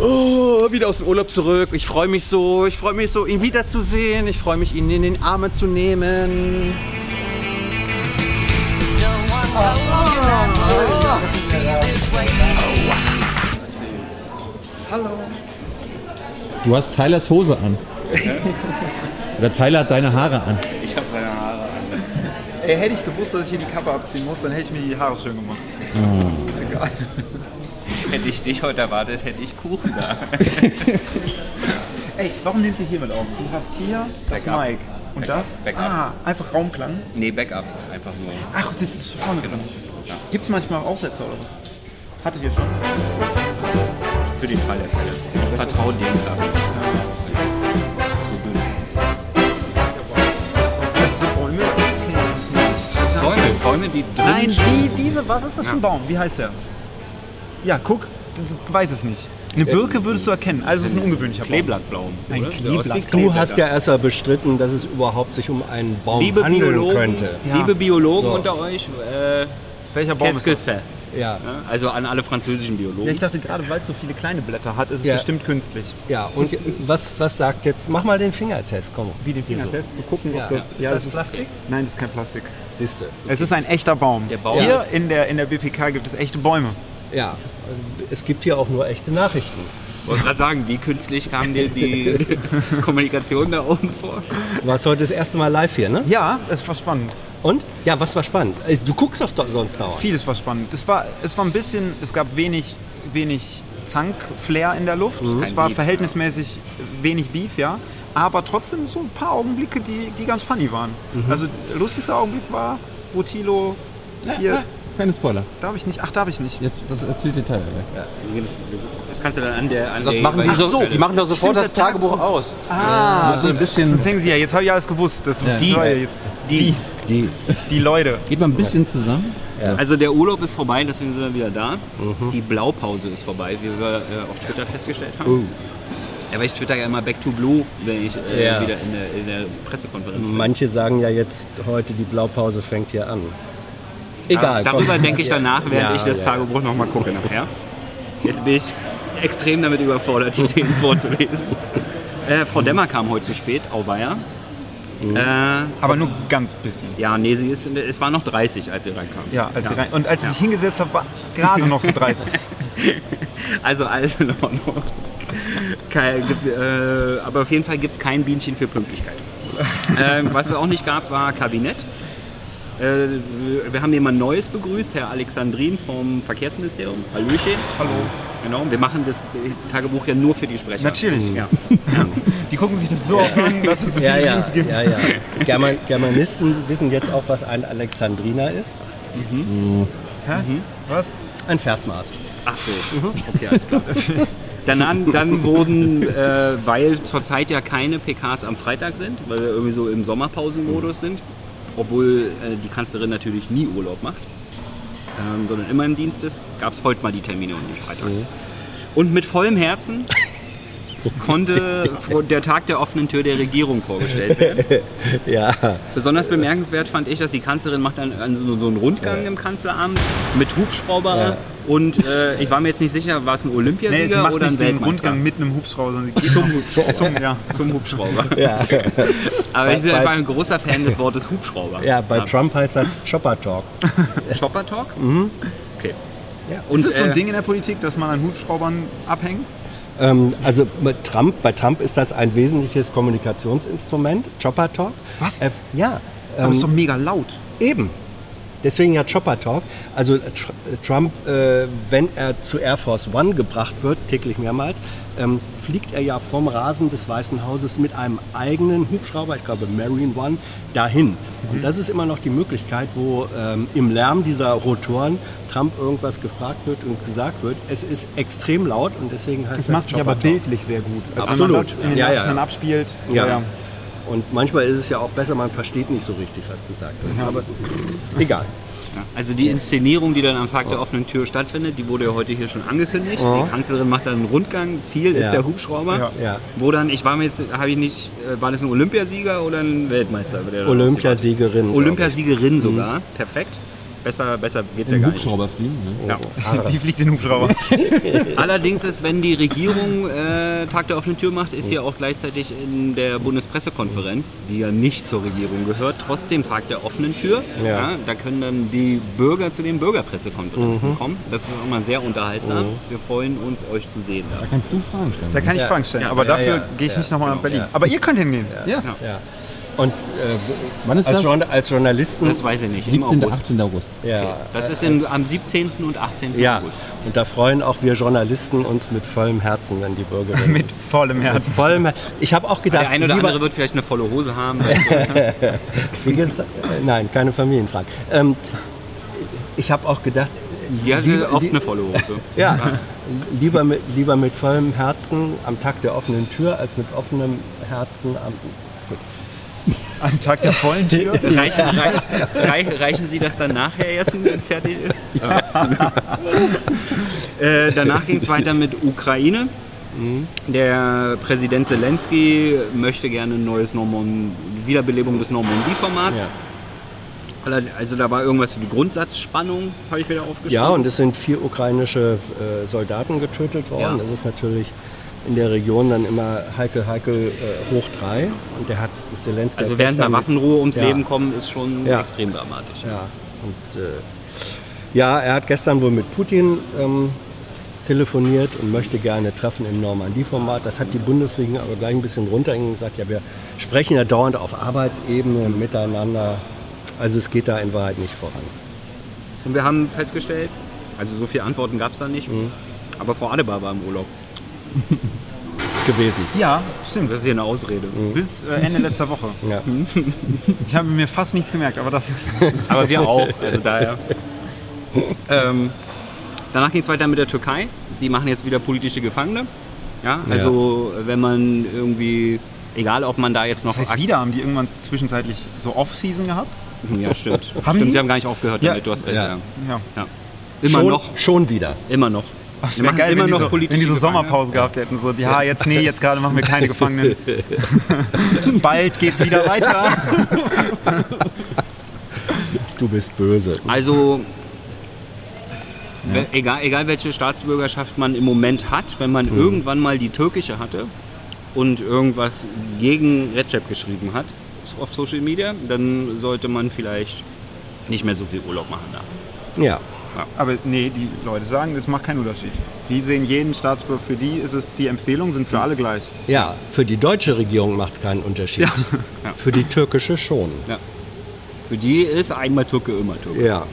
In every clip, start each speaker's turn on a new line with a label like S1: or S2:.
S1: Oh, wieder aus dem Urlaub zurück. Ich freue mich so, ihn wiederzusehen. Ich freue mich, ihn in den Arme zu nehmen.
S2: Hallo.
S3: Du hast Tylers Hose an. Oder Tyler hat deine Haare an.
S2: Ich habe seine Haare an. Ey, hätte ich gewusst, dass ich hier die Kappe abziehen muss, dann hätte ich mir die Haare schön gemacht.
S3: Oh.
S2: Ist egal.
S4: Hätte ich dich heute erwartet, hätte ich Kuchen da.
S2: Ey, warum nehmt ihr hier mit auf? Du hast hier das
S4: Backup.
S2: Mic. Und
S4: Backup.
S2: das?
S4: Backup.
S2: Ah, einfach Raumklang.
S4: Nee, Backup. Einfach nur.
S2: Ach, das ist vorne drin.
S4: Ja.
S2: Gibt's manchmal Aussetzer oder was? Hattet ihr schon?
S4: Für den Fall der Fälle. Ich vertraue dem, glaube ich. So dünn. Bäume, die drin
S2: Nein,
S4: stehen.
S2: diese, was ist das für ein Baum? Wie heißt der? Ja, guck, du weißt es nicht. Eine Birke würdest du erkennen, also es ist ein ungewöhnlicher Baum.
S4: Kleeblattbaum.
S2: Ein Kleeblatt.
S5: Du hast ja erst mal bestritten, dass es überhaupt sich um einen Baum
S4: Liebe
S5: handeln
S4: Biologen,
S5: könnte.
S2: Ja.
S4: liebe Biologen
S5: So.
S4: unter euch,
S2: Welcher Baum
S4: qu'est-ce que
S2: ist das?
S4: c'est?
S5: Ja,
S4: Also an alle französischen Biologen.
S2: Ja, ich dachte gerade, weil es so viele kleine Blätter hat, ist es
S5: Ja.
S2: bestimmt künstlich.
S5: ja. Und was sagt jetzt? Mach mal den Fingertest, komm.
S2: Wie den Fingertest, zu gucken,
S5: Ja.
S2: ob das...
S5: Ist das Plastik?
S2: Nein, das ist kein Plastik.
S5: Siehst du.
S2: Es ist ein echter Baum.
S4: Der Baum
S2: Hier
S4: ist-
S2: in der BPK gibt es echte Bäume.
S5: Ja, es gibt hier auch nur echte Nachrichten.
S4: Ich wollte gerade sagen, wie künstlich kam dir die Kommunikation da oben vor?
S5: Du warst heute das erste Mal live hier, ne?
S2: Ja, es war spannend.
S5: Und? Ja, was war spannend? Du guckst doch sonst dauernd.
S2: Vieles war spannend. Es war ein bisschen, es gab wenig Zank-Flair in der Luft. Es
S4: Kein
S2: war
S4: Beef,
S2: verhältnismäßig wenig Beef, ja. Aber trotzdem so ein paar Augenblicke, die ganz funny waren. Also der lustigste Augenblick war, wo Thilo hier...
S3: Keine Spoiler.
S2: Darf ich nicht? Ach, darf ich nicht.
S3: Jetzt, das erzählt dir Tyler gleich.
S4: Das kannst du dann an der
S1: Das machen die,
S2: so,
S1: die machen doch sofort
S2: stimmt,
S1: das
S2: das
S1: Tagebuch aus.
S2: Ah,
S3: so ein bisschen.
S2: das denken Sie ja, jetzt habe ich alles gewusst. Das
S4: Sie.
S2: jetzt. Die Leute.
S3: Geht mal ein bisschen zusammen.
S4: Also der Urlaub ist vorbei, deswegen sind wir wieder da. Die Blaupause ist vorbei, wie wir auf Twitter festgestellt haben. Ja, weil ich twitter ja immer Back to Blue, wenn ich
S5: Ja.
S4: wieder in der Pressekonferenz bin.
S5: Manche sagen ja jetzt heute, die Blaupause fängt hier an. Egal.
S4: Darüber
S5: komm.
S4: denke ich danach, während
S5: Ja,
S4: ich das
S5: ja.
S4: Tagebuch nochmal gucke nachher. Jetzt bin ich extrem damit überfordert, die Themen vorzulesen. Frau Demmer kam heute zu spät, auweia.
S2: Aber nur ganz bisschen.
S4: Ja, nee, es war noch 30, als sie reinkam.
S2: Ja, und als sie sich hingesetzt hat, war gerade noch so 30.
S4: Also alles in Ordnung. Aber auf jeden Fall gibt es kein Bienchen für Pünktlichkeit. Was es auch nicht gab, war Kabinett. Wir haben jemand Neues begrüßt, Herr Alexandrin vom Verkehrsministerium. Hallöchen.
S2: Hallo.
S4: Genau, wir machen das Tagebuch ja nur für die Sprecher.
S2: Natürlich.
S4: Ja.
S2: Die gucken sich das so oft an, dass es so
S5: Ja,
S2: viele
S5: ja,
S2: Links gibt.
S5: ja, ja. Germanisten wissen jetzt auch, was ein Alexandriner ist.
S2: Hä? Was?
S5: Ein Versmaß.
S4: Ach so, okay, alles klar. Dann wurden, weil zurzeit ja keine PKs am Freitag sind, weil wir irgendwie so im Sommerpausenmodus sind, obwohl die Kanzlerin natürlich nie Urlaub macht, sondern immer im Dienst ist, gab es heute mal die Termine und nicht Freitag. Und mit vollem Herzen konnte der Tag der offenen Tür der Regierung vorgestellt werden.
S5: Ja.
S4: Besonders bemerkenswert fand ich, dass die Kanzlerin macht dann so einen Rundgang im Kanzleramt mit Hubschrauber.
S5: Ja.
S4: Und ich war mir jetzt nicht sicher, war es ein Olympiasieger
S2: Nee, sie macht
S4: oder ein
S2: nicht den
S4: Weltmeister?
S2: Rundgang mit einem Hubschrauber, sondern sie geht zum Hubschrauber.
S4: Zum Hubschrauber.
S5: Ja.
S4: Aber ich bin
S5: Bei-
S4: einfach ein großer Fan des Wortes Hubschrauber.
S5: Ja, bei Trump heißt das Chopper Talk.
S4: Chopper Talk? Okay.
S5: Ja.
S4: Und,
S2: Ist es so ein Ding in der Politik, dass man an Hubschraubern abhängt?
S5: Also bei Trump ist das ein wesentliches Kommunikationsinstrument, Chopper Talk.
S2: Was?
S5: Ja,
S2: Aber das ist doch mega laut.
S5: eben. Deswegen ja Chopper Talk. Also Trump, wenn er zu Air Force One gebracht wird, täglich mehrmals, fliegt er ja vom Rasen des Weißen Hauses mit einem eigenen Hubschrauber, ich glaube Marine One, dahin. Und das ist immer noch die Möglichkeit, wo im Lärm dieser Rotoren Trump irgendwas gefragt wird und gesagt wird. Es ist extrem laut und deswegen heißt
S2: Das
S5: das
S2: macht sich
S5: Chopper
S2: aber
S5: Talk.
S2: bildlich sehr gut. Also
S5: Absolut.
S2: Wenn man das in den
S5: Ja, ja.
S2: Nachrichten abspielt.
S5: Ja. Und manchmal ist es ja auch besser, man versteht nicht so richtig, was gesagt wird. Aber egal.
S4: Ja, also die Inszenierung, die dann am Tag der offenen Tür stattfindet, die wurde ja heute hier schon angekündigt. Die Kanzlerin macht dann einen Rundgang. Ziel ist
S5: Ja.
S4: der Hubschrauber.
S2: Ja.
S5: Ja.
S4: Wo dann, war das ein Olympiasieger oder ein Weltmeister? Der da
S5: Olympiasiegerin.
S4: Olympiasiegerin sogar, perfekt. Besser geht's ja gar nicht.
S3: Hubschrauber fliegen, ne?
S4: Ja.
S2: Die fliegt den Hubschrauber.
S4: Allerdings ist, wenn die Regierung Tag der offenen Tür macht, ist hier auch gleichzeitig in der Bundespressekonferenz, die ja nicht zur Regierung gehört, trotzdem Tag der offenen Tür.
S5: Ja.
S4: Ja, da können dann die Bürger zu den Bürgerpressekonferenzen kommen. Das ist auch immer sehr unterhaltsam. Wir freuen uns, euch zu sehen.
S3: Da kannst du Fragen stellen.
S2: Da kann ich
S5: Ja.
S2: Fragen stellen,
S4: Ja,
S2: aber
S5: ja,
S2: dafür
S5: ja.
S2: gehe ich nicht nochmal nach Berlin.
S5: Ja.
S2: Aber ihr könnt hingehen.
S3: Ja.
S5: Ja. Und
S3: Wann ist das?
S5: als Journalisten...
S4: Das weiß ich nicht, im
S3: 17.
S4: August.
S3: 18. August.
S5: ja,
S4: Das ist am 17. und 18.
S5: ja,
S4: August.
S5: und da freuen auch wir Journalisten uns mit vollem Herzen, wenn die Bürger...
S2: Mit vollem Herzen.
S5: vollem Her- Ich habe auch gedacht,
S4: Der eine oder
S5: lieber-
S4: andere wird vielleicht eine volle Hose haben.
S5: Wie geht's da? Nein, keine Familienfragen. Ich habe auch gedacht,
S4: Die hat oft eine volle Hose.
S5: ja, lieber mit vollem Herzen am Tag der offenen Tür als mit offenem Herzen am... Gut.
S2: Am Tag der vollen Tür.
S4: Reichen Sie das dann nachher erst, wenn es fertig ist? Danach ging es weiter mit Ukraine. Der Präsident Zelensky möchte gerne ein neues Wiederbelebung des Normandie-Formats.
S5: Ja.
S4: Also da war irgendwas für die Grundsatzspannung, habe ich wieder aufgeschrieben.
S5: Ja, und es sind 4 ukrainische Soldaten getötet worden.
S4: Ja.
S5: Das ist natürlich in der Region dann immer heikel hoch 3. Und der hat Zelensky...
S4: Also während einer
S5: gestern-
S4: Waffenruhe ums
S5: Ja.
S4: Leben kommen, ist schon
S5: Ja.
S4: extrem dramatisch.
S5: Ja, und er hat gestern wohl mit Putin telefoniert und möchte gerne Treffen im Normandie-Format. Das hat die Bundesregierung aber gleich ein bisschen runtergehend und gesagt, ja, wir sprechen ja dauernd auf Arbeitsebene miteinander. Also es geht da in Wahrheit nicht voran.
S4: Und wir haben festgestellt, also so viele Antworten gab es da nicht, aber Frau Adebar war im Urlaub.
S5: Gewesen.
S2: Ja, stimmt.
S4: Das ist hier eine Ausrede.
S2: Bis Ende letzter Woche.
S5: Ja.
S2: Ich habe mir fast nichts gemerkt, aber das...
S4: Aber wir auch, also daher. Danach ging es weiter mit der Türkei. Die machen jetzt wieder politische Gefangene. Ja, also wenn man irgendwie, egal ob man da jetzt noch...
S2: Das heißt, wieder haben die irgendwann zwischenzeitlich so Off-Season gehabt?
S4: Ja, stimmt.
S2: Haben
S4: Stimmt,
S2: die?
S4: sie haben gar nicht aufgehört
S2: Ja.
S4: damit, du hast recht.
S5: Ja.
S4: Ja.
S2: Ja.
S4: Ja. Immer
S5: schon,
S4: noch.
S5: Schon wieder.
S4: Immer noch.
S2: Ach, das
S4: Wir
S2: wäre
S4: machen
S2: geil,
S4: immer
S2: wenn
S4: noch
S2: die so
S4: politische Gefangene.
S2: Sommerpause gehabt hätten. So, ja, jetzt gerade machen wir keine Gefangenen. Bald geht's wieder weiter.
S5: Du bist böse.
S4: Also, egal welche Staatsbürgerschaft man im Moment hat, wenn man irgendwann mal die türkische hatte und irgendwas gegen Recep geschrieben hat auf Social Media, dann sollte man vielleicht nicht mehr so viel Urlaub machen da.
S5: Ja.
S2: Aber nee, die Leute sagen, das macht keinen Unterschied. Die sehen jeden Staatsbürger, für die ist es, die Empfehlungen sind für alle gleich.
S5: Ja, für die deutsche Regierung macht es keinen Unterschied.
S4: Ja.
S5: Für die türkische schon.
S4: Ja. Für die ist einmal Türke, immer Türke.
S5: Ja.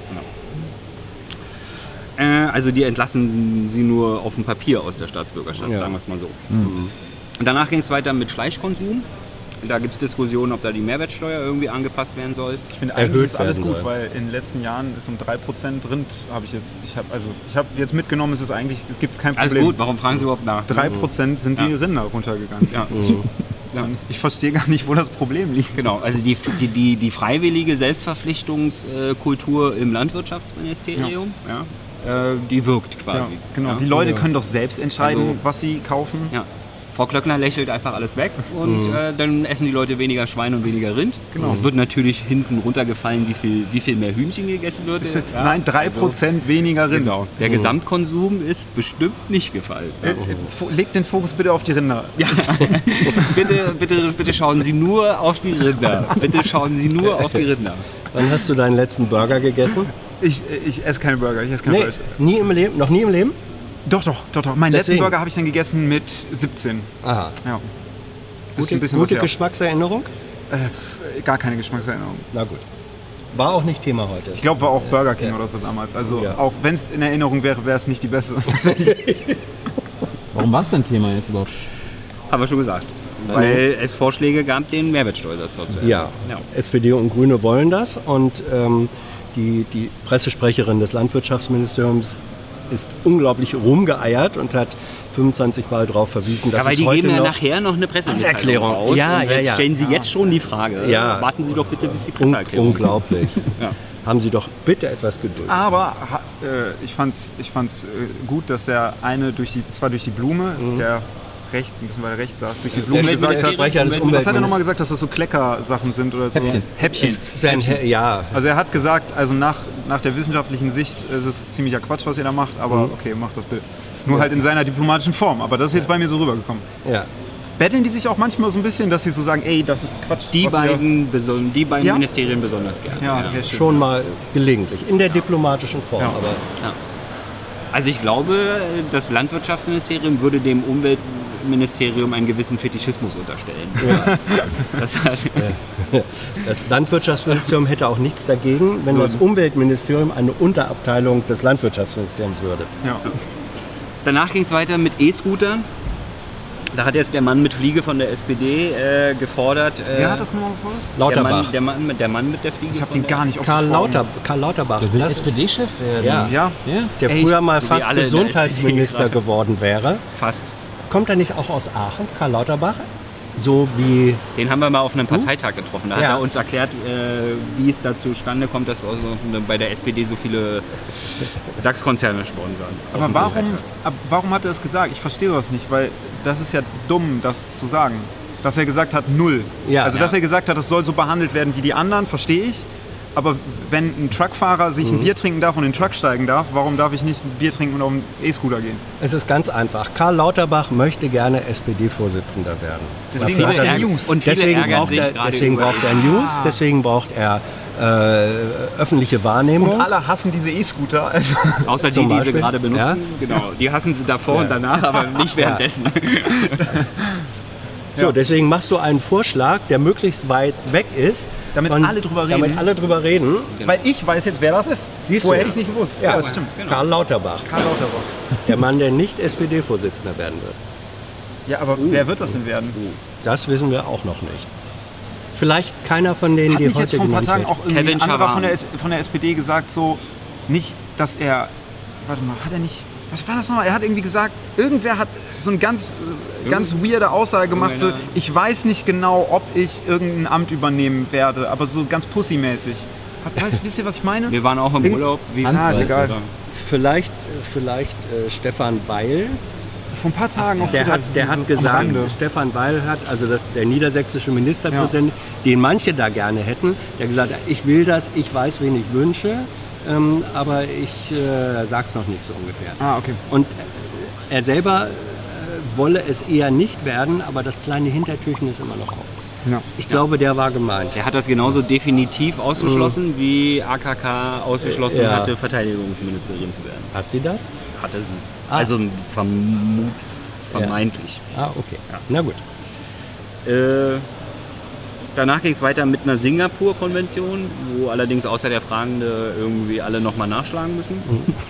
S4: Also die entlassen sie nur auf dem Papier aus der Staatsbürgerschaft,
S5: Ja.
S4: sagen wir es mal so. Und danach ging es weiter mit Fleischkonsum. Da gibt es Diskussionen, ob da die Mehrwertsteuer irgendwie angepasst werden soll.
S2: Ich finde
S5: Erhöht
S2: eigentlich ist alles
S5: werden
S2: gut,
S5: soll.
S2: weil in den letzten Jahren ist um 3% Rind, ich habe jetzt mitgenommen, es gibt kein
S4: Alles
S2: Problem.
S4: gut, warum fragen Sie überhaupt nach?
S2: 3% sind die Rinder runtergegangen.
S4: Ja. Ja.
S2: Ich verstehe gar nicht, wo das Problem liegt.
S4: Genau, also die freiwillige Selbstverpflichtungskultur im Landwirtschaftsministerium, die wirkt
S2: Ja,
S4: quasi.
S2: genau.
S4: Ja.
S2: Die Leute können doch selbst entscheiden,
S4: Also-
S2: was sie kaufen.
S4: Ja. Frau Klöckner lächelt einfach alles weg und dann essen die Leute weniger Schwein und weniger Rind.
S2: Genau.
S4: Es wird natürlich hinten runtergefallen, wie viel mehr Hühnchen gegessen wird. Ja,
S2: Nein, 3% weniger Rind.
S4: Genau. Der Gesamtkonsum ist bestimmt nicht gefallen.
S2: Legt den Fokus bitte auf die Rinder.
S4: Ja. bitte schauen Sie nur auf die Rinder. Bitte schauen Sie nur auf die Rinder.
S5: Wann hast du deinen letzten Burger gegessen?
S2: Ich esse keine Burger, ich esse kein Fleisch.
S5: Nie im Leben? Noch nie im Leben?
S2: Doch. Meinen letzten
S5: Deswegen.
S2: Burger habe ich dann gegessen mit 17.
S5: Aha.
S2: Ja. Ist ein bisschen
S5: Gute
S2: was her.
S5: Geschmackserinnerung?
S2: Gar keine Geschmackserinnerung.
S5: Na gut. War auch nicht Thema heute.
S2: Ich glaube, war auch Burger King oder so damals. Also
S5: Ja.
S2: auch wenn es in Erinnerung wäre, wäre es nicht die beste.
S3: Warum war es denn Thema jetzt überhaupt?
S4: Haben wir schon gesagt. Weil es Vorschläge gab, den Mehrwertsteuersatz dort zu erhöhen.
S5: Ja. SPD und Grüne wollen das und die Pressesprecherin des Landwirtschaftsministeriums ist unglaublich rumgeeiert und hat 25 Mal darauf verwiesen, dass
S4: Ja, weil
S5: es
S4: die
S5: heute
S4: geben ja
S5: noch...
S4: nachher noch eine Presseerklärung
S5: Presseerklärung.
S4: raus.
S5: Ja,
S4: und jetzt
S5: ja.
S4: stellen Sie jetzt schon die Frage.
S5: Ja.
S4: Warten Sie doch bitte, bis die Presseerklärung
S5: Unglaublich.
S4: Ja.
S5: Haben Sie doch bitte etwas Geduld.
S2: Aber ich fand's gut, dass der eine durch die Blume, der rechts, ein bisschen weiter rechts saß, durch die Blume
S5: Der
S2: gesagt hat,
S5: Sprecher des
S2: was hat er nochmal
S5: Umweltministeriums.
S2: gesagt, dass das so Kleckersachen sind oder so?
S3: Häppchen.
S2: Häppchen.
S5: Ja.
S2: Also er hat gesagt, also nach nach der wissenschaftlichen Sicht ist es ziemlicher Quatsch, was ihr da macht, aber okay, macht das Bild. Nur halt in seiner diplomatischen Form, aber das ist jetzt bei mir so rübergekommen.
S5: Ja.
S2: Betteln die sich auch manchmal so ein bisschen, dass sie so sagen, ey, das ist Quatsch.
S4: Die
S2: was ihr-
S4: beiden
S2: Ja?
S4: Ministerien besonders gerne.
S2: Ja, sehr schön.
S5: Schon mal gelegentlich, in der diplomatischen Form.
S2: Ja.
S5: Aber
S4: Ja. Also ich glaube, das Landwirtschaftsministerium würde dem Umweltministerium einen gewissen Fetischismus unterstellen. Das hat,
S5: das Landwirtschaftsministerium hätte auch nichts dagegen, wenn das Umweltministerium eine Unterabteilung des Landwirtschaftsministeriums würde.
S2: Ja.
S4: danach ging es weiter mit E-Scootern. Da hat jetzt der Mann mit Fliege von der SPD gefordert.
S2: Wer hat das nochmal gefordert?
S5: Lauterbach.
S4: Der Mann mit der Fliege.
S2: Ich habe
S4: von
S2: den
S4: der-
S2: gar nicht auf
S5: Karl
S2: das Auge.
S5: Lauterbach.
S3: Der will
S5: Das ist-
S3: SPD-Chef werden.
S5: Ja.
S2: Ja,
S3: Ja?
S5: Der
S2: Ey,
S5: früher mal
S4: so wie
S5: fast
S4: alle in der
S5: Gesundheitsminister
S4: SPD
S5: geworden wäre.
S4: Fast.
S5: Kommt er nicht auch aus Aachen, Karl Lauterbach? So wie
S4: Den haben wir mal auf einem Parteitag getroffen. Da
S5: Ja.
S4: hat er uns erklärt, wie es dazu zustande kommt, dass wir bei der SPD so viele DAX-Konzerne sponsern. Auf
S2: aber
S4: dem
S2: warum hat er das gesagt? Ich verstehe das nicht, weil das ist ja dumm, das zu sagen. Dass er gesagt hat, null.
S5: Ja.
S2: Also, dass er gesagt hat, das soll so behandelt werden wie die anderen, verstehe ich. Aber wenn ein Truckfahrer sich ein Bier trinken darf und in den Truck steigen darf, warum darf ich nicht ein Bier trinken und auf einen E-Scooter gehen?
S5: Es ist ganz einfach. Karl Lauterbach möchte gerne SPD-Vorsitzender werden.
S2: Deswegen
S5: Dafür
S2: braucht
S5: hat
S2: er
S5: er-
S2: News.
S4: Und viele
S5: Deswegen
S4: ärgern
S5: braucht
S4: sich
S5: er,
S4: gerade
S5: deswegen
S4: über
S5: braucht er News, deswegen braucht er öffentliche Wahrnehmung.
S2: Und alle hassen diese E-Scooter. Also
S4: Außer die,
S5: Zum
S4: die sie
S5: Beispiel.
S4: gerade benutzen.
S5: Ja.
S4: Genau. Die hassen sie davor und danach, aber nicht währenddessen.
S5: So, deswegen machst du einen Vorschlag, der möglichst weit weg ist.
S2: Damit alle drüber reden.
S5: Damit alle drüber reden.
S2: Weil ich weiß jetzt, wer das ist.
S5: Siehst
S2: Vorher
S5: du.
S2: hätte ich es nicht gewusst.
S5: Ja,
S2: Ja, das stimmt.
S5: Karl Lauterbach.
S2: Karl Lauterbach.
S5: Der Mann, der nicht SPD-Vorsitzender werden wird.
S2: Ja, aber wer wird das denn werden?
S5: Das wissen wir auch noch nicht. Vielleicht keiner von denen,
S2: Hat
S5: die
S2: nicht
S5: heute
S2: jetzt vor ein paar
S5: genannt
S2: Tagen
S5: wird.
S2: auch irgendwie
S4: Kevin
S2: ein anderer
S4: Schawan.
S2: von der SPD gesagt, so nicht, dass er, warte mal, hat er nicht, was war das nochmal? Er hat irgendwie gesagt, irgendwer hat so eine ganz weirde Aussage gemacht, so, ich weiß nicht genau, ob ich irgendein Amt übernehmen werde, aber so ganz pussymäßig. Wisst ihr, was ich meine?
S4: Wir waren auch im Urlaub. Wie
S2: Ah, ist egal.
S5: Vielleicht Stefan Weil.
S2: Vor ein paar Tagen auch
S5: Der
S2: gesagt,
S5: hat
S2: am
S5: gesagt,
S2: Rande.
S5: Stefan Weil hat, also der niedersächsische Ministerpräsident, den manche da gerne hätten, der gesagt hat, ich will das, ich weiß, wen ich wünsche, aber ich sag's noch nicht so ungefähr.
S2: Ah, okay.
S5: Und er selber wolle es eher nicht werden, aber das kleine Hintertürchen ist immer noch auf.
S2: Ja.
S5: Ich glaube, der war gemeint.
S4: Er hat das genauso definitiv ausgeschlossen, wie AKK ausgeschlossen
S5: Ja.
S4: hatte, Verteidigungsministerin zu werden.
S5: Hat sie das?
S4: Hatte sie.
S5: Ah.
S4: Also vermeintlich.
S5: Ah, okay. Na gut.
S4: Danach ging es weiter mit einer Singapur-Konvention, wo allerdings außer der Fragende irgendwie alle nochmal nachschlagen müssen.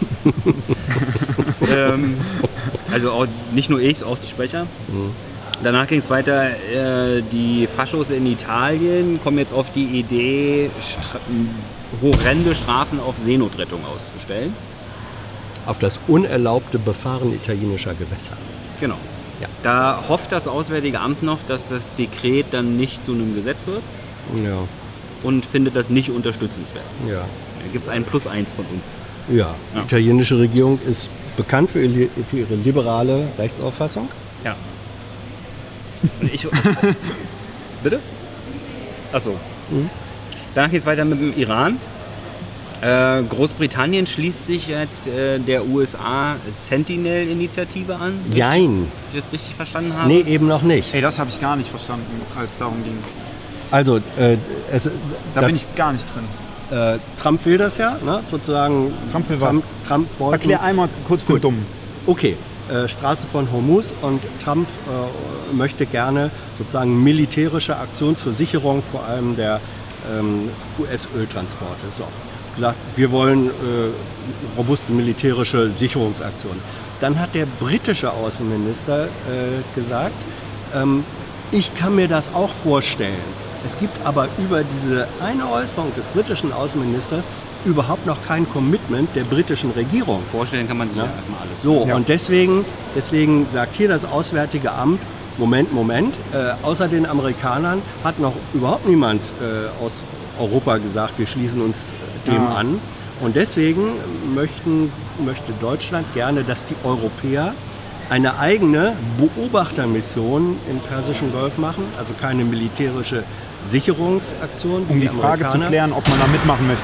S4: Also auch, nicht nur ich, auch die Sprecher. Danach ging es weiter, die Faschos in Italien kommen jetzt auf die Idee, horrende Strafen auf Seenotrettung auszustellen.
S5: Auf das unerlaubte Befahren italienischer Gewässer.
S4: Genau.
S5: Ja.
S4: Da hofft das Auswärtige Amt noch, dass das Dekret dann nicht zu einem Gesetz wird
S5: Ja,
S4: und findet das nicht unterstützenswert.
S5: ja.
S4: Da gibt es ein +1 von uns.
S5: Ja, die italienische Regierung ist bekannt für ihre liberale Rechtsauffassung.
S4: Ja. Und ich. Bitte? Achso. Danach geht es weiter mit dem Iran. Großbritannien schließt sich jetzt der USA Sentinel-Initiative an.
S5: Jein.
S4: Wenn ich das richtig verstanden habe?
S5: Nee, eben noch nicht.
S2: Ey, das habe ich gar nicht verstanden, als es darum ging.
S5: Also,
S2: Da bin ich gar nicht drin.
S5: Trump will das ja, ne? Sozusagen.
S2: Trump will was?
S5: Trump wollte.
S2: Erklär einmal kurz für dumm.
S5: Okay, Straße von Hormuz und Trump möchte gerne sozusagen militärische Aktion zur Sicherung vor allem der US-Öltransporte. So, gesagt, wir wollen robuste militärische Sicherungsaktionen. Dann hat der britische Außenminister gesagt, ich kann mir das auch vorstellen. Es gibt aber über diese eine Äußerung des britischen Außenministers überhaupt noch kein Commitment der britischen Regierung.
S4: Vorstellen kann man sich ja erstmal alles.
S5: So, und deswegen sagt hier das Auswärtige Amt, Moment, außer den Amerikanern hat noch überhaupt niemand aus Europa gesagt, wir schließen uns dem an. Und deswegen möchte Deutschland gerne, dass die Europäer eine eigene Beobachtermission im Persischen Golf machen, also keine militärische Sicherungsaktion. wie
S2: Um die Frage zu
S5: Amerikaner.
S2: klären, ob man da mitmachen möchte.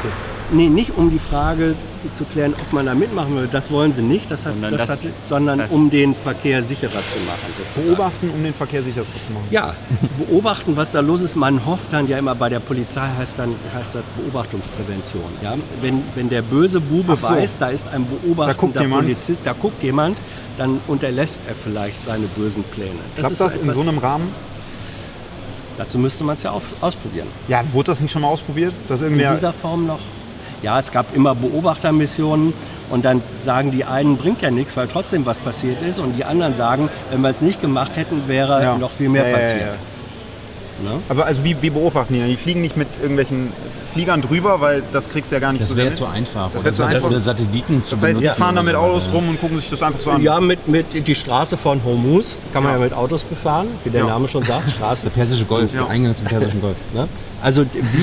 S5: Nee, nicht um die Frage zu klären, ob man da mitmachen will. Das wollen sie nicht, sondern um den Verkehr sicherer zu machen. Sozusagen.
S2: Beobachten, um den Verkehr sicherer zu machen.
S5: Ja, beobachten, was da los ist. Man hofft dann ja immer, bei der Polizei heißt das Beobachtungsprävention. Ja? Wenn der böse Bube weiß, da ist ein beobachtender Polizist, da guckt jemand, dann unterlässt er vielleicht seine bösen Pläne.
S2: Klappt das in so einem Rahmen?
S5: Dazu müsste man es ja ausprobieren.
S2: Ja, wurde das nicht schon mal ausprobiert? Dass
S5: in dieser Form noch? Ja, es gab immer Beobachtermissionen und dann sagen die einen, bringt ja nichts, weil trotzdem was passiert ist, und die anderen sagen, wenn wir es nicht gemacht hätten, wäre noch viel mehr passiert. Ja.
S2: Ne? Aber also wie beobachten die? Die fliegen nicht mit irgendwelchen Fliegern drüber, weil das kriegst du ja gar nicht
S3: das
S2: so
S3: wäre zu einfach.
S2: Das wäre zu einfach.
S3: Satelliten
S2: das heißt, die fahren da mit Autos rum und gucken sich das einfach so an.
S5: Ja, mit die Straße von Hormuz kann man ja mit Autos befahren, wie der Name schon sagt. Straße.
S3: Der Persische Golf, der Eingang zum Persischen Golf.
S5: Ne? Also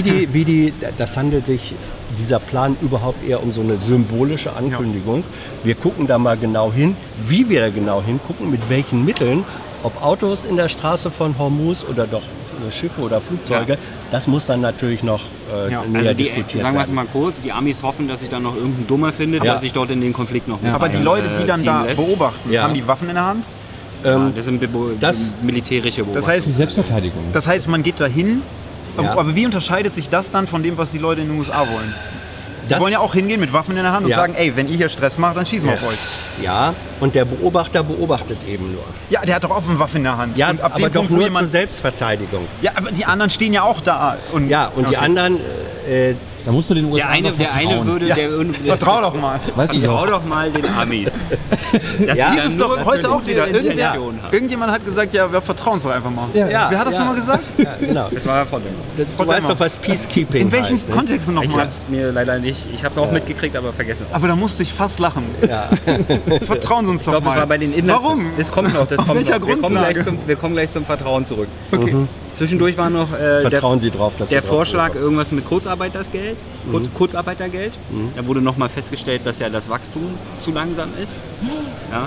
S5: das handelt sich, dieser Plan überhaupt eher um so eine symbolische Ankündigung. Ja. Wir gucken da mal genau hin, wie wir da genau hingucken, mit welchen Mitteln, ob Autos in der Straße von Hormuz oder doch Schiffe oder Flugzeuge, das muss dann natürlich noch näher diskutiert werden.
S4: Sagen wir es mal kurz, die Amis hoffen, dass sich dann noch irgendein Dummer findet, der sich dort in den Konflikt noch mit
S2: Aber die Leute, die dann da beobachten, haben die Waffen in der Hand?
S4: Das sind militärische Beobachter.
S2: Das heißt,
S3: Selbstverteidigung.
S2: Das heißt, man geht da hin, aber wie unterscheidet sich das dann von dem, was die Leute in den USA wollen? Die wollen ja auch hingehen mit Waffen in der Hand und sagen, ey, wenn ihr hier Stress macht, dann schießen wir auf euch.
S5: Ja, und der Beobachter beobachtet eben nur.
S2: Ja, der hat doch auch eine Waffe in der Hand.
S5: Ja, und ab aber doch nur zur Selbstverteidigung.
S2: Ja, aber die anderen stehen ja auch da. Und
S5: die anderen...
S3: da musst du den USA
S4: der eine würde...
S2: Vertrau doch mal.
S4: Vertrau doch mal den Amis.
S2: Das ist doch heute auch wieder. Irgendjemand hat gesagt, ja, wir vertrauen es doch einfach mal. Ja. Wer hat das nochmal gesagt?
S5: Ja, genau.
S4: Das war von dem.
S5: Du weißt doch, was Peacekeeping
S2: in welchen heißt, Kontexten nochmal?
S4: Ich hab's mir leider nicht... Ich hab's auch mitgekriegt, aber vergessen.
S2: Aber da musste ich fast lachen. Ja. Vertrauen Sie uns doch mal.
S4: Das war bei den
S2: Warum?
S4: Das kommt noch.
S2: Auf welcher Grundlage?
S4: Wir kommen gleich zum Vertrauen zurück.
S2: Okay.
S4: Zwischendurch war noch
S5: Vertrauen Sie drauf, dass
S4: der Vorschlag irgendwas mit Kurzarbeitergeld. Kurzarbeitergeld. Da wurde nochmal festgestellt, dass ja das Wachstum zu langsam ist. Ja.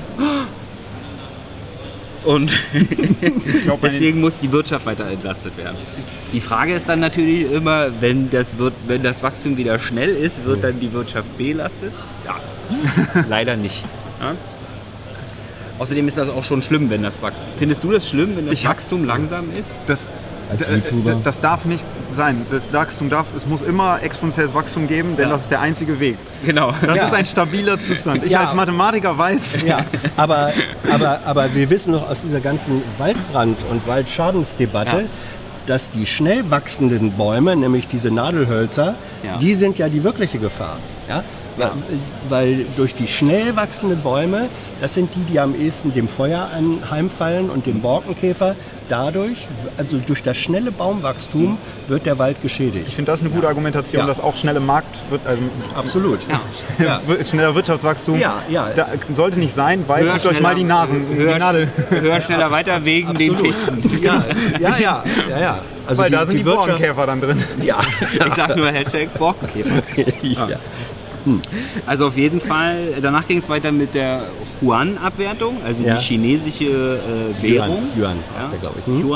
S4: Und deswegen muss die Wirtschaft weiter entlastet werden. Die Frage ist dann natürlich immer, wenn das Wachstum wieder schnell ist, wird dann die Wirtschaft belastet? Ja, leider nicht. Ja? Außerdem ist das auch schon schlimm, wenn das Wachstum... Findest du das schlimm, wenn das Wachstum langsam ist?
S2: Das darf nicht sein. Das Wachstum es muss immer exponentielles Wachstum geben, denn das ist der einzige Weg.
S4: Genau.
S2: Das ist ein stabiler Zustand. Ich als Mathematiker weiß.
S5: Ja, aber wir wissen noch aus dieser ganzen Waldbrand- und Waldschadensdebatte, dass die schnell wachsenden Bäume, nämlich diese Nadelhölzer, die sind ja die wirkliche Gefahr. Ja? Ja. Weil durch die schnell wachsenden Bäume, das sind die am ehesten dem Feuer anheimfallen und dem Borkenkäfer. Dadurch, also durch das schnelle Baumwachstum, wird der Wald geschädigt.
S2: Ich finde das eine gute Argumentation, dass auch schnelle Markt wird.
S5: Absolut.
S2: Schneller Wirtschaftswachstum. Da sollte nicht sein, weil guckt euch mal die Nasen.
S4: Höher, schneller, weiter wegen den Fichten.
S5: Ja.
S2: Also weil da sind die Borkenkäfer dann drin.
S5: Ja.
S4: Ich sag nur Borkenkäfer. Ja. Also auf jeden Fall, danach ging es weiter mit der Yuan-Abwertung, also die chinesische Währung.
S5: Yuan ist der, glaube ich.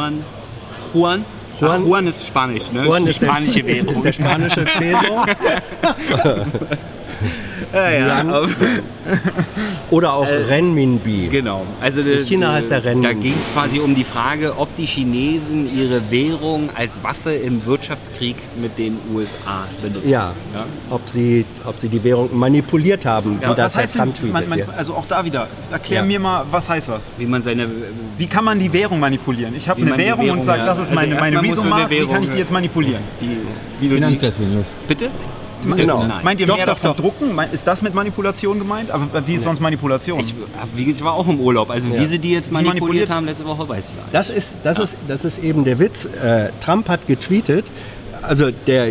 S4: Yuan ist Spanisch, ne?
S5: Yuan
S4: ist die spanische Währung.
S5: Ist der spanische Peso. Oder auch Renminbi.
S4: Genau. Also
S5: in China heißt der Renminbi.
S4: Da ging es quasi um die Frage, ob die Chinesen ihre Währung als Waffe im Wirtschaftskrieg mit den USA benutzen.
S5: Ja. Ob sie die Währung manipuliert haben, wie das Herr Trump tweetet.
S2: Also auch da wieder, erklär mir mal, was heißt das?
S4: Wie
S2: kann man die Währung manipulieren? Ich habe eine Währung und sage, das ist meine Visummark, wie kann ich die jetzt manipulieren?
S3: Finanzletztlich.
S4: Bitte?
S2: Genau. Meint ihr mehr davon drucken? Ist das mit Manipulation gemeint? Aber wie ist sonst Manipulation?
S4: Ich war auch im Urlaub. Also wie sie die jetzt manipuliert haben letzte Woche, weiß ich gar nicht.
S5: Das ist eben der Witz. Trump hat getweetet, also der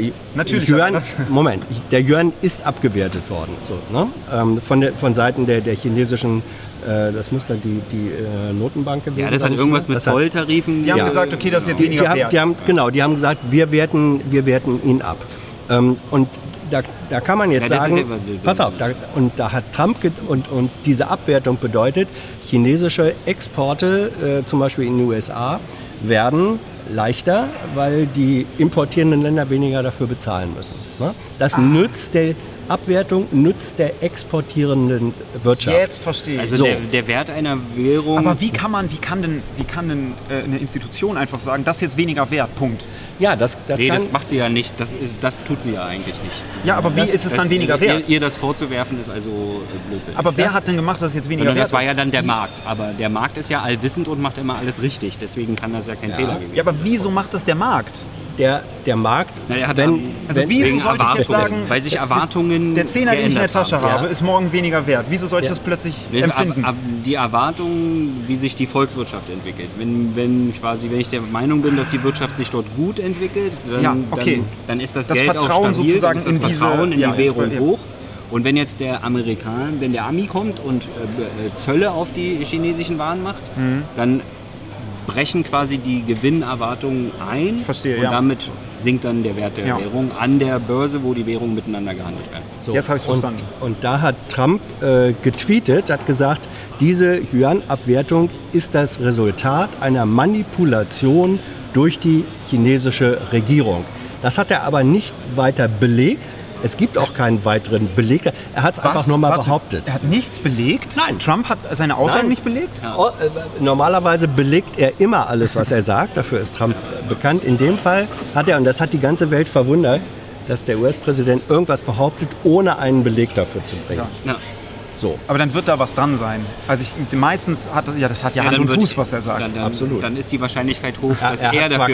S5: Yuan ist abgewertet worden. So, ne? Von Seiten der chinesischen, das muss dann die Notenbank gewesen sein.
S4: Ja, das hat irgendwas mit Zolltarifen.
S2: Die haben gesagt, okay, das ist jetzt weniger wert.
S5: Die haben gesagt, wir werten ihn ab. Und da kann man jetzt sagen, pass auf, da hat Trump und diese Abwertung bedeutet, chinesische Exporte, zum Beispiel in den USA, werden leichter, weil die importierenden Länder weniger dafür bezahlen müssen. Ne? Das nützt der Abwertung, nützt der exportierenden Wirtschaft.
S2: Jetzt verstehe ich.
S4: Also
S5: So.
S4: der Wert einer Währung...
S2: Aber wie kann denn eine Institution einfach sagen, das ist jetzt weniger wert, Punkt?
S5: Ja, das
S4: Nee,
S5: kann...
S4: das macht sie ja nicht. Das tut sie ja eigentlich nicht.
S2: Ja, aber wie ist es dann weniger wert?
S4: Ihr das vorzuwerfen, ist also Blödsinn.
S2: Aber wer hat denn gemacht, dass es jetzt weniger
S4: Sondern
S2: wert
S4: das war
S2: ist?
S4: ja dann der Markt. Aber der Markt ist ja allwissend und macht immer alles richtig. Deswegen kann das ja kein Fehler gewesen sein.
S2: Ja, aber wieso macht das der Markt?
S5: Der Markt,
S4: Na, er hat
S5: wenn,
S2: Also
S5: wenn,
S2: wieso
S4: wegen
S2: sollte ich jetzt
S4: Erwartungen,
S2: sagen,
S4: weil sich Erwartungen
S2: der Zehner, den ich in der
S4: geändert
S2: Tasche
S4: haben.
S2: habe,
S5: Ja.
S2: ist morgen weniger wert. Wieso sollte ich
S5: Ja.
S2: das plötzlich
S4: Das ist
S2: empfinden?
S4: die Erwartung, wie sich die Volkswirtschaft entwickelt. Wenn ich der Meinung bin, dass die Wirtschaft sich dort gut entwickelt, dann,
S2: Ja, okay.
S4: dann ist das
S2: Das
S4: Geld
S2: Vertrauen
S4: auch stabil,
S2: sozusagen
S4: dann ist das
S2: in diese-
S4: Vertrauen in
S2: ja,
S4: die Währung
S2: ich- ja.
S4: hoch. Und wenn jetzt der Ami kommt und Zölle auf die chinesischen Waren macht, dann brechen quasi die Gewinnerwartungen ein
S2: Verstehe,
S4: und
S2: ja.
S4: damit sinkt dann der Wert der
S2: Ja.
S4: Währung an der Börse, wo die Währungen miteinander gehandelt werden.
S5: so.
S2: Jetzt habe ich's verstanden.
S5: Und da hat Trump getweetet, hat gesagt, diese Yuan-Abwertung ist das Resultat einer Manipulation durch die chinesische Regierung. Das hat er aber nicht weiter belegt. Es gibt auch keinen weiteren Beleg. Er hat es einfach nur mal
S2: Warte,
S5: behauptet.
S2: Er hat nichts belegt?
S5: Nein.
S2: Trump hat seine Aussagen
S5: Nein.
S2: nicht belegt?
S5: Normalerweise belegt er immer alles, was er sagt. Dafür ist Trump bekannt. In dem Fall hat er, und das hat die ganze Welt verwundert, dass der US-Präsident irgendwas behauptet, ohne einen Beleg dafür zu bringen.
S4: Ja.
S5: So.
S2: Aber dann wird da was dran sein. Also meistens hat das hat ja Hand
S4: dann
S2: und
S4: wird-
S2: Fuß, was er sagt.
S4: Dann,
S5: Absolut.
S4: Dann ist die Wahrscheinlichkeit hoch,
S5: Ja,
S4: dass
S5: er
S4: er
S5: hat zwar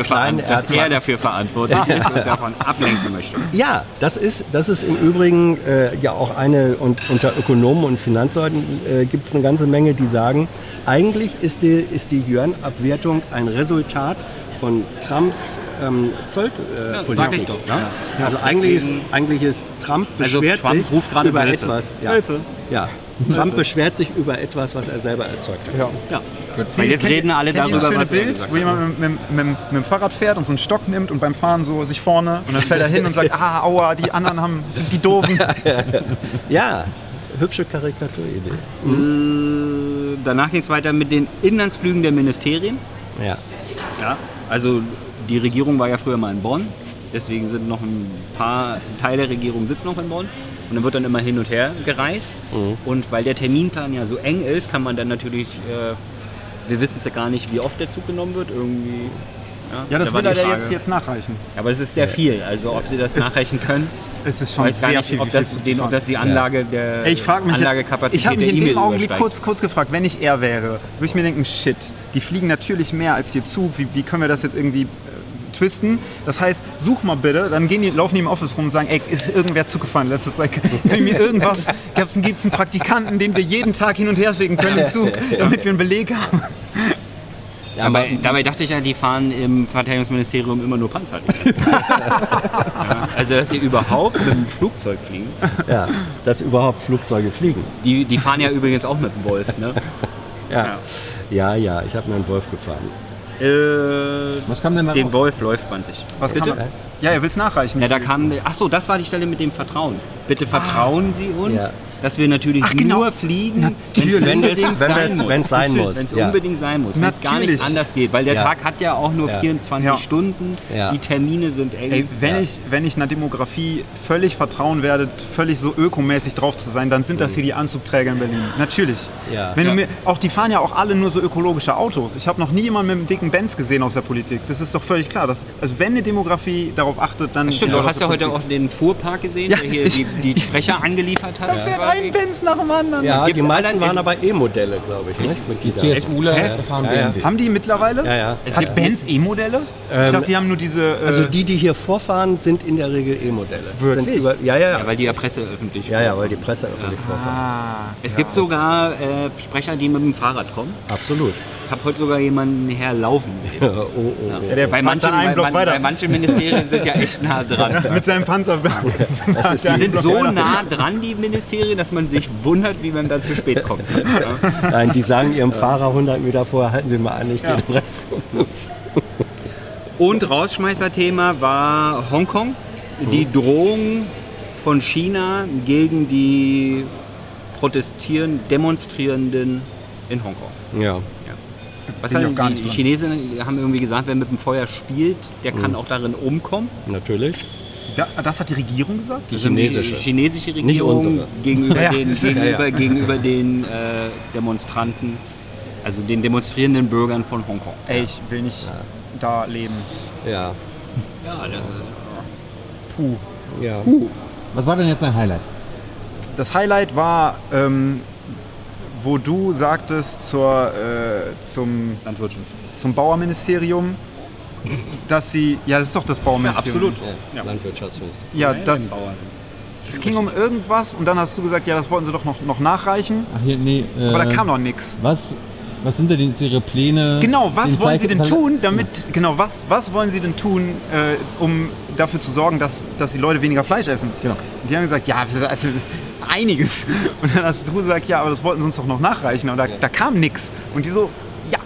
S4: dafür verantwortlich ist und davon ablenken möchte.
S5: Ja, das ist im Übrigen ja auch eine, und unter Ökonomen und Finanzleuten gibt es eine ganze Menge, die sagen, eigentlich ist die Yuan-Abwertung ein Resultat von Trumps Zollpolitik.
S4: sag ich doch.
S5: Ja?
S4: Ja.
S5: Also
S4: Deswegen-
S5: eigentlich ist Trump
S4: Also
S5: beschwert
S4: Trump
S5: sich
S4: ruft gerade
S5: über
S4: Hilfe.
S5: etwas. Ja,
S4: Hilfe.
S5: ja. Trump beschwert sich über etwas, was er selber erzeugt hat.
S2: Ja.
S4: Ja. Weil jetzt reden alle
S2: Kennt ihr
S4: darüber,
S2: das schöne
S4: was er
S2: Bild,
S4: gesagt
S2: wo
S4: hat.
S2: jemand mit dem Fahrrad fährt und so einen Stock nimmt und beim Fahren so sich vorne und dann fällt er hin und sagt, aua, die anderen sind die Doofen.
S5: Ja, hübsche Karikaturidee.
S4: Danach ging es weiter mit den Inlandsflügen der Ministerien.
S5: Ja.
S4: Ja. Also die Regierung war ja früher mal in Bonn. Deswegen sind noch ein paar Teile der Regierung sitzen noch in Bonn. Und dann wird dann immer hin und her gereist. Und weil der Terminplan ja so eng ist, kann man dann natürlich, wir wissen es ja gar nicht, wie oft der Zug genommen wird. Irgendwie.
S2: Ja, das
S4: da war
S2: will er
S4: die
S2: ja
S4: Frage.
S2: jetzt nachreichen.
S4: Aber es ist sehr viel. Also ob sie das nachrechnen können,
S2: Es ist schon
S4: weiß gar
S2: sehr
S4: nicht,
S2: viel.
S4: ob
S2: wie viel
S4: das,
S2: Zug
S4: den,
S2: die
S4: ob
S2: fahren.
S4: das die Anlage der
S2: Ich frage mich
S4: Anlagekapazität
S2: ich habe mich
S4: der
S2: in
S4: E-Mail
S2: dem Augenblick
S4: übersteigt.
S2: kurz gefragt, wenn ich er wäre, würde ich mir denken, shit, die fliegen natürlich mehr als der Zug, wie können wir das jetzt irgendwie twisten? Das heißt, such mal bitte, dann laufen die im Office rum und sagen, ey, ist irgendwer zugefahren in letzter Zeit? Kann ich mir irgendwas, gibt es einen Praktikanten, den wir jeden Tag hin und her schicken können im Zug, damit wir einen Beleg haben?
S4: Dabei dachte ich ja, die fahren im Verteidigungsministerium immer nur Panzer. Ja, also dass sie überhaupt mit dem Flugzeug fliegen.
S5: Ja, dass überhaupt Flugzeuge fliegen.
S4: Die fahren ja übrigens auch mit dem Wolf. Ne?
S5: Ja, ich habe mir einen Wolf gefahren.
S3: Was kam denn da
S4: Den
S3: raus?
S4: Wolf läuft man sich.
S2: Was
S4: Bitte?
S2: kann man? Ja, er will es nachreichen.
S4: Ja, da kam. Achso, das war die Stelle mit dem Vertrauen. Bitte vertrauen Sie uns,
S5: Ja.
S4: dass wir natürlich
S2: genau.
S4: nur fliegen,
S2: Natürlich.
S5: Wenn es sein muss.
S4: Wenn es
S5: Ja.
S4: unbedingt sein muss, wenn es gar nicht
S2: Natürlich.
S4: anders geht. Weil der
S5: Ja.
S4: Tag hat ja auch nur
S5: Ja.
S4: 24
S2: Ja.
S4: Stunden,
S5: Ja.
S4: die Termine sind eng.
S2: Ey, wenn ich einer Demografie völlig vertrauen werde, völlig so ökomäßig drauf zu sein, dann sind das hier die Anzugträger in Berlin. Natürlich.
S5: Ja.
S2: Wenn
S4: Ja.
S2: Du die fahren ja auch alle nur so ökologische Autos. Ich habe noch nie jemanden mit einem dicken Benz gesehen aus der Politik. Das ist doch völlig klar. Also wenn eine Demografie darauf achtet, dann...
S4: Stimmt,
S2: ja,
S4: du hast ja heute auch den Fuhrpark gesehen,
S2: Ja,
S4: der hier die Sprecher angeliefert hat.
S2: Da fährt ein Benz nach dem anderen.
S5: Ja,
S4: gibt
S5: die meisten
S4: allein-
S5: waren aber E-Modelle, glaube ich. Nicht? Mit
S3: Die
S5: dieser.
S3: CSUler fahren BMW.
S2: Haben die mittlerweile?
S5: Ja.
S2: Hat Benz E-Modelle? Ich dachte, die haben nur diese...
S5: Also die hier vorfahren, sind in der Regel E-Modelle.
S2: Wirklich?
S5: Sind ja.
S4: Ja, weil die ja Presse öffentlich
S5: Weil die Presse öffentlich vorfahren.
S4: Es gibt sogar Sprecher, die mit dem Fahrrad kommen.
S5: Absolut.
S4: Ich habe heute sogar jemanden herlaufen sehen.
S2: Ja, der
S4: Bei
S2: fährt dann einen Block weiter.
S4: bei manchen Ministerien sind ja echt nah dran.
S2: Mit seinem Panzer.
S4: Die sind so nah dran, die Ministerien, dass man sich wundert, wie man da zu spät kommt. Ja.
S5: Nein, die sagen ihrem Fahrer 100 Meter vorher, halten Sie mal an, ich gehe den Rest zu Fuß.
S4: Und Rausschmeißerthema war Hongkong. Die Drohung von China gegen die Demonstrierenden in Hongkong.
S5: Ja.
S4: Was
S2: bin ich
S4: haben
S2: auch gar
S4: die
S2: nicht dran.
S4: Chinesen haben irgendwie gesagt, wer mit dem Feuer spielt, der kann auch darin umkommen.
S5: Natürlich.
S2: Ja, das hat die Regierung gesagt?
S5: Die chinesische.
S4: Die chinesische Regierung
S5: Nicht unsere.
S4: gegenüber
S2: Ja,
S4: den,
S2: ja.
S4: gegenüber den Demonstranten, also den demonstrierenden Bürgern von Hongkong.
S2: Ey, ich will nicht da leben.
S5: Ja.
S4: Ja, das ist
S2: Puh.
S5: Ja.
S3: Was war denn jetzt dein Highlight?
S2: Das Highlight war, wo du sagtest zum Bauerministerium, dass sie, ja, das ist doch das Bauerministerium.
S5: Ja. Landwirtschaftsminister.
S2: Ja,
S4: den
S2: das,
S4: Bauern.
S2: es ging um irgendwas und dann hast du gesagt, ja, das wollten sie doch noch nachreichen,
S3: Ach hier, nee.
S2: aber da kam noch nichts.
S3: Was sind denn jetzt ihre Pläne?
S2: Genau, was
S3: den
S2: wollen sie denn tun, was wollen sie denn tun, um dafür zu sorgen, dass die Leute weniger Fleisch essen?
S3: Genau.
S2: Und die haben gesagt, ja, also einiges. Und dann hast du gesagt, ja, aber das wollten sie uns doch noch nachreichen. Und da kam nichts. Und die so, ja.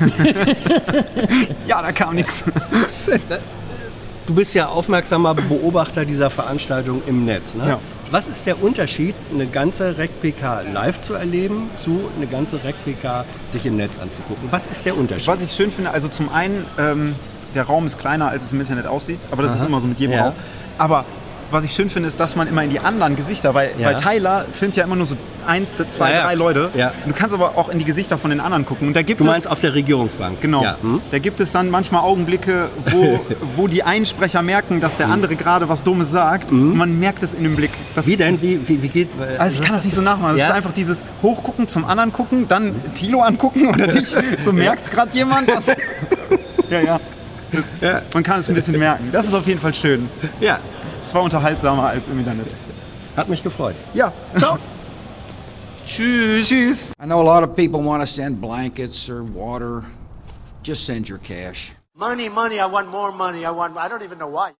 S2: Ja, da kam nichts.
S5: Du bist ja aufmerksamer Beobachter dieser Veranstaltung im Netz. Ne?
S2: Ja.
S5: Was ist der Unterschied, eine ganze RecPK live zu erleben, zu eine ganze RecPK sich im Netz anzugucken? Was ist der Unterschied?
S2: Was ich schön finde, also zum einen, der Raum ist kleiner, als es im Internet aussieht. Aber das ist immer so mit jedem
S5: Ja.
S2: Raum. Aber was ich schön finde, ist, dass man immer in die anderen Gesichter, weil Tyler filmt ja immer nur so 1, 2, 3 Leute.
S5: Ja.
S2: Und du kannst aber auch in die Gesichter von den anderen gucken. Und da gibt
S5: Du meinst auf der Regierungsbank?
S2: Genau.
S5: Ja.
S2: Da gibt es dann manchmal Augenblicke, wo die Einsprecher merken, dass der andere gerade was Dummes sagt. Und man merkt es in dem Blick. Das,
S5: Wie denn? Wie geht?
S2: also ich kann das nicht so nachmachen. Es
S5: Ja?
S2: ist einfach dieses Hochgucken, zum anderen gucken, dann Thilo angucken oder nicht. So merkt es gerade jemand. Dass, ja. Man kann es ein bisschen merken. Das ist auf jeden Fall schön.
S5: Ja,
S2: Es war unterhaltsamer als im Internet.
S5: hat mich gefreut.
S2: Ja, ciao. Tschüss. Tschüss.
S6: I know a lot of people want to send blankets or water. Just send your cash.
S7: Money, money, I want more money. I don't even know why.